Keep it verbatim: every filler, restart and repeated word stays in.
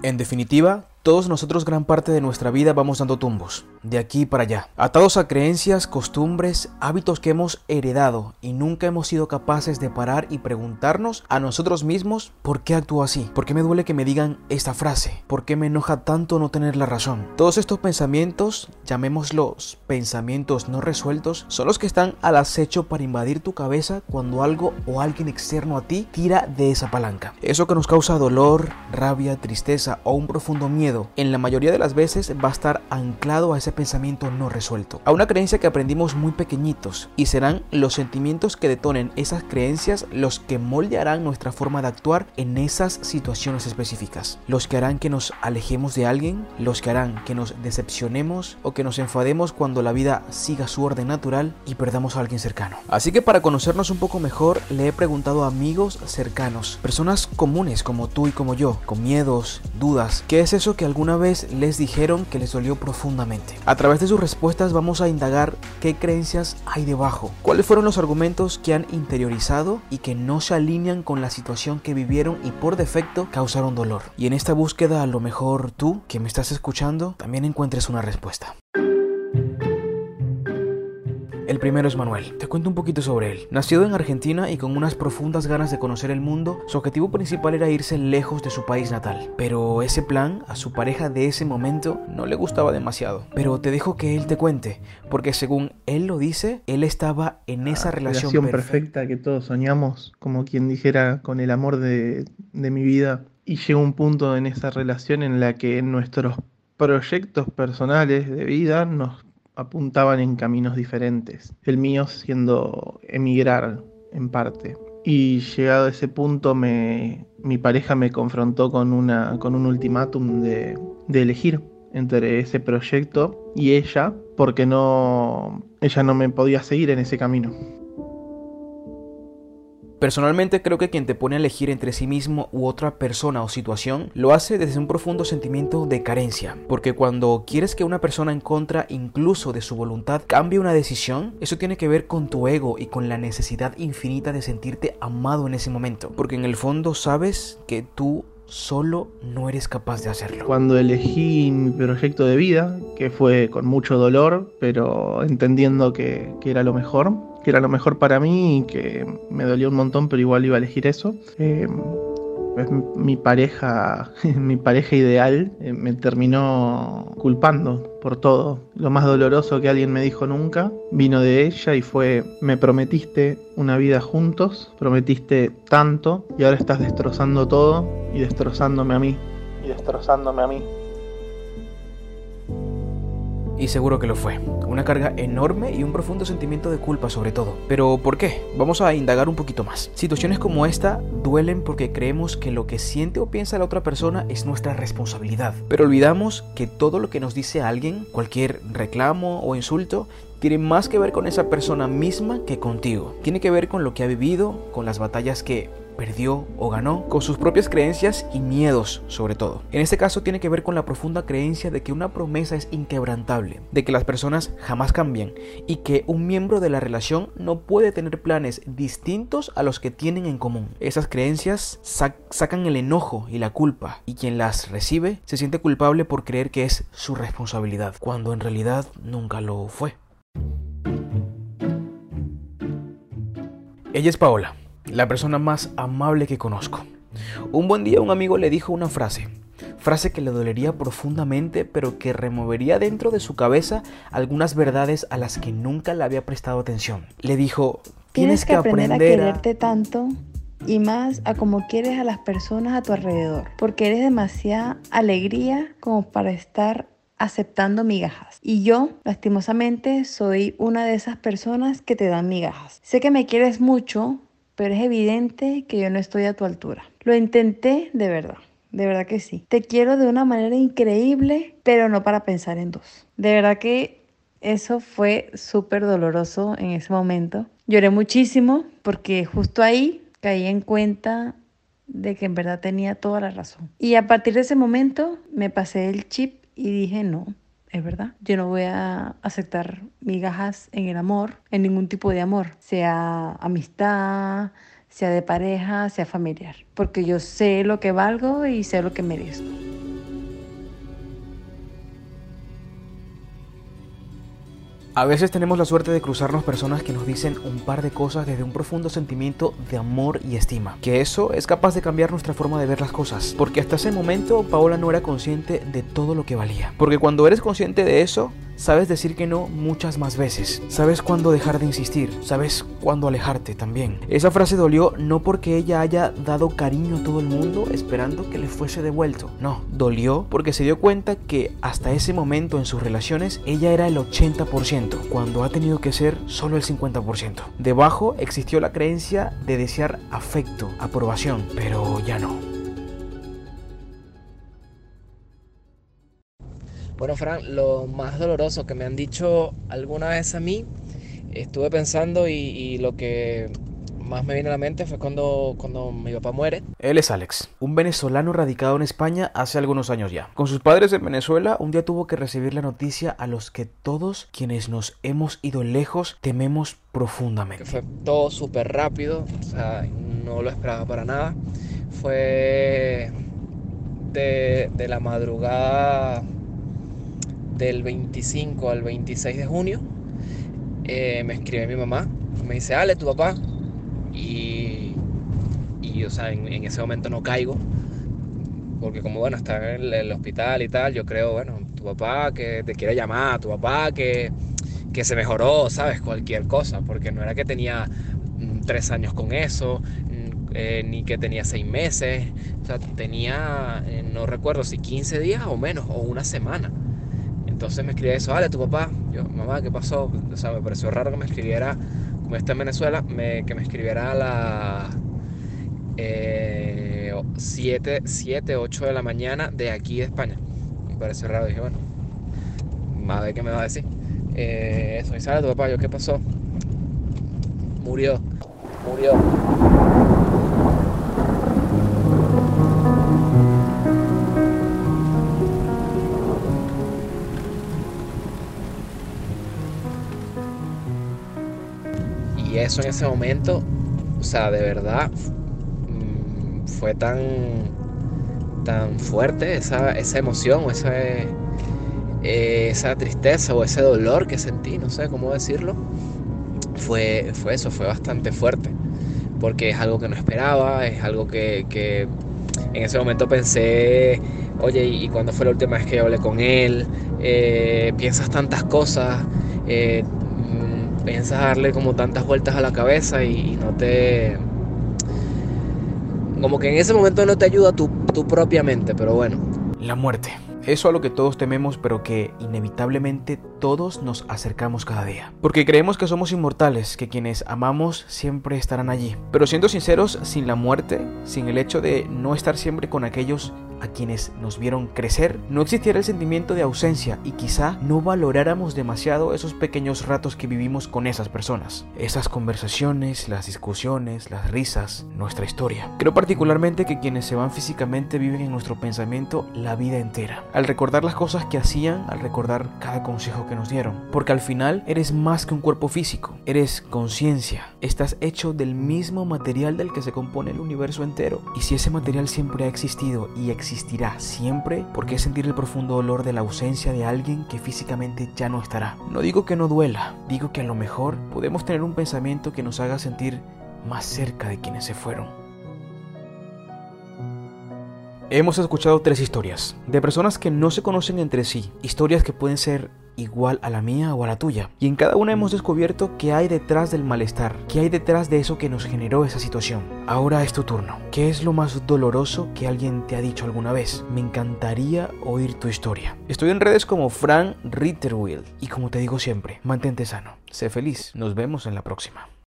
En definitiva, todos nosotros gran parte de nuestra vida vamos dando tumbos, de aquí para allá, atados a creencias, costumbres, hábitos que hemos heredado y nunca hemos sido capaces de parar y preguntarnos a nosotros mismos ¿por qué actúo así? ¿Por qué me duele que me digan esta frase? ¿Por qué me enoja tanto no tener la razón? Todos estos pensamientos, llamémoslos pensamientos no resueltos, son los que están al acecho para invadir tu cabeza cuando algo o alguien externo a ti tira de esa palanca. Eso que nos causa dolor, rabia, tristeza o un profundo miedo, en la mayoría de las veces va a estar anclado a ese pensamiento no resuelto, a una creencia que aprendimos muy pequeñitos, y serán los sentimientos que detonen esas creencias los que moldearán nuestra forma de actuar en esas situaciones específicas, los que harán que nos alejemos de alguien, los que harán que nos decepcionemos o que nos enfademos cuando la vida siga su orden natural y perdamos a alguien cercano. Así que para conocernos un poco mejor le he preguntado a amigos cercanos, personas comunes como tú y como yo, con miedos, dudas, ¿qué es eso que alguna vez les dijeron que les dolió profundamente? A través de sus respuestas vamos a indagar qué creencias hay debajo, cuáles fueron los argumentos que han interiorizado y que no se alinean con la situación que vivieron y por defecto causaron dolor. Y en esta búsqueda a lo mejor tú, que me estás escuchando, también encuentres una respuesta. El primero es Manuel. Te cuento un poquito sobre él. Nacido en Argentina y con unas profundas ganas de conocer el mundo, su objetivo principal era irse lejos de su país natal. Pero ese plan a su pareja de ese momento no le gustaba demasiado. Pero te dejo que él te cuente, porque según él lo dice, él estaba en esa La relación, relación perfecta. perfecta que todos soñamos, como quien dijera, con el amor de, de mi vida. Y llegó un punto en esa relación en la que nuestros proyectos personales de vida nos apuntaban en caminos diferentes. El mío siendo emigrar en parte. Y llegado a ese punto me, mi pareja me confrontó con, una, con un ultimátum de, de elegir entre ese proyecto y ella, porque no, ella no me podía seguir en ese camino. Personalmente creo que quien te pone a elegir entre sí mismo u otra persona o situación lo hace desde un profundo sentimiento de carencia, porque cuando quieres que una persona en contra incluso de su voluntad cambie una decisión, eso tiene que ver con tu ego y con la necesidad infinita de sentirte amado en ese momento, porque en el fondo sabes que tú solo no eres capaz de hacerlo. Cuando elegí mi proyecto de vida, que fue con mucho dolor, pero entendiendo que, que era lo mejor, que era lo mejor para mí y que me dolió un montón, pero igual iba a elegir eso. Eh, pues mi pareja, mi pareja ideal, eh, me terminó culpando por todo. Lo más doloroso que alguien me dijo nunca vino de ella y fue: me prometiste una vida juntos, prometiste tanto y ahora estás destrozando todo y destrozándome a mí. Y destrozándome a mí. Y seguro que lo fue. Una carga enorme y un profundo sentimiento de culpa sobre todo. ¿Pero por qué? Vamos a indagar un poquito más. Situaciones como esta duelen porque creemos que lo que siente o piensa la otra persona es nuestra responsabilidad. Pero olvidamos que todo lo que nos dice alguien, cualquier reclamo o insulto, tiene más que ver con esa persona misma que contigo. Tiene que ver con lo que ha vivido, con las batallas que perdió o ganó, con sus propias creencias y miedos sobre todo. En este caso tiene que ver con la profunda creencia de que una promesa es inquebrantable, de que las personas jamás cambian y que un miembro de la relación no puede tener planes distintos a los que tienen en común. Esas creencias sac- sacan el enojo y la culpa, y quien las recibe se siente culpable por creer que es su responsabilidad, cuando en realidad nunca lo fue. Ella es Paola, la persona más amable que conozco. Un buen día un amigo le dijo una frase, frase que le dolería profundamente, pero que removería dentro de su cabeza algunas verdades a las que nunca le había prestado atención. Le dijo: tienes que aprender a quererte tanto y más a cómo quieres a las personas a tu alrededor, porque eres demasiada alegría como para estar aceptando migajas. Y yo, lastimosamente, soy una de esas personas que te dan migajas. Sé que me quieres mucho, pero es evidente que yo no estoy a tu altura. Lo intenté de verdad, de verdad que sí. Te quiero de una manera increíble, pero no para pensar en dos. De verdad que eso fue súper doloroso en ese momento. Lloré muchísimo porque justo ahí caí en cuenta de que en verdad tenía toda la razón. Y a partir de ese momento me pasé el chip y dije: no, es verdad, yo no voy a aceptar migajas en el amor, en ningún tipo de amor, sea amistad, sea de pareja, sea familiar, porque yo sé lo que valgo y sé lo que merezco. A veces tenemos la suerte de cruzarnos personas que nos dicen un par de cosas desde un profundo sentimiento de amor y estima, que eso es capaz de cambiar nuestra forma de ver las cosas, porque hasta ese momento Paola no era consciente de todo lo que valía, porque cuando eres consciente de eso, sabes decir que no muchas más veces, sabes cuándo dejar de insistir, sabes cuándo alejarte también. Esa frase dolió no porque ella haya dado cariño a todo el mundo esperando que le fuese devuelto, no, dolió porque se dio cuenta que hasta ese momento en sus relaciones ella era el ochenta por ciento, cuando ha tenido que ser solo el cincuenta por ciento. Debajo existió la creencia de desear afecto, aprobación, pero ya no. Bueno, Fran, lo más doloroso que me han dicho alguna vez a mí, estuve pensando y, y lo que más me viene a la mente fue cuando, cuando mi papá muere. Él es Alex, un venezolano radicado en España hace algunos años ya. Con sus padres en Venezuela, un día tuvo que recibir la noticia a los que todos quienes nos hemos ido lejos tememos profundamente. Que fue todo súper rápido, o sea, no lo esperaba para nada. Fue de, de la madrugada del veinticinco al veintiséis de junio, eh, me escribe mi mamá, me dice, Ale, tu papá, y, y o sea, en, en ese momento no caigo, porque como, bueno, está en el, el hospital y tal, yo creo, bueno, tu papá que te quiere llamar, tu papá que, que se mejoró, ¿sabes? Cualquier cosa, porque no era que tenía mm, tres años con eso, mm, eh, ni que tenía seis meses, o sea, tenía, eh, no recuerdo si quince días o menos, o una semana. Entonces me escribe eso, vale, tu papá. Yo, mamá, ¿qué pasó? O sea, me pareció raro que me escribiera, como está en Venezuela, me, que me escribiera a las eh, siete, ocho de la mañana de aquí de España. Me pareció raro, dije, bueno, a ver qué me va a decir. Eh, eso, y sale tu papá, yo, ¿qué pasó? Murió, murió. Y eso en ese momento, o sea, de verdad, mmm, fue tan, tan fuerte esa, esa emoción o esa, eh, esa tristeza o ese dolor que sentí, no sé cómo decirlo. Fue, fue eso, fue bastante fuerte, porque es algo que no esperaba, es algo que, que en ese momento pensé, oye, ¿y cuándo fue la última vez que yo hablé con él? Eh, piensas tantas cosas, eh, piensas darle como tantas vueltas a la cabeza y, y no te... como que en ese momento no te ayuda tu, tu propia mente, pero bueno. La muerte. Eso a lo que todos tememos, pero que inevitablemente todos nos acercamos cada día. Porque creemos que somos inmortales, que quienes amamos siempre estarán allí. Pero siendo sinceros, sin la muerte, sin el hecho de no estar siempre con aquellos a quienes nos vieron crecer, no existiera el sentimiento de ausencia y quizá no valoráramos demasiado esos pequeños ratos que vivimos con esas personas. Esas conversaciones, las discusiones, las risas, nuestra historia. Creo particularmente que quienes se van físicamente viven en nuestro pensamiento la vida entera. Al recordar las cosas que hacían, al recordar cada consejo que nos dieron. Porque al final eres más que un cuerpo físico, eres conciencia. Estás hecho del mismo material del que se compone el universo entero. Y si ese material siempre ha existido y existirá siempre, ¿por qué sentir el profundo dolor de la ausencia de alguien que físicamente ya no estará? No digo que no duela, digo que a lo mejor podemos tener un pensamiento que nos haga sentir más cerca de quienes se fueron. Hemos escuchado tres historias de personas que no se conocen entre sí, historias que pueden ser igual a la mía o a la tuya, y en cada una hemos descubierto qué hay detrás del malestar, qué hay detrás de eso que nos generó esa situación. Ahora es tu turno. ¿Qué es lo más doloroso que alguien te ha dicho alguna vez? Me encantaría oír tu historia. Estoy en redes como Fran Ritterwill y como te digo siempre, mantente sano, sé feliz, nos vemos en la próxima.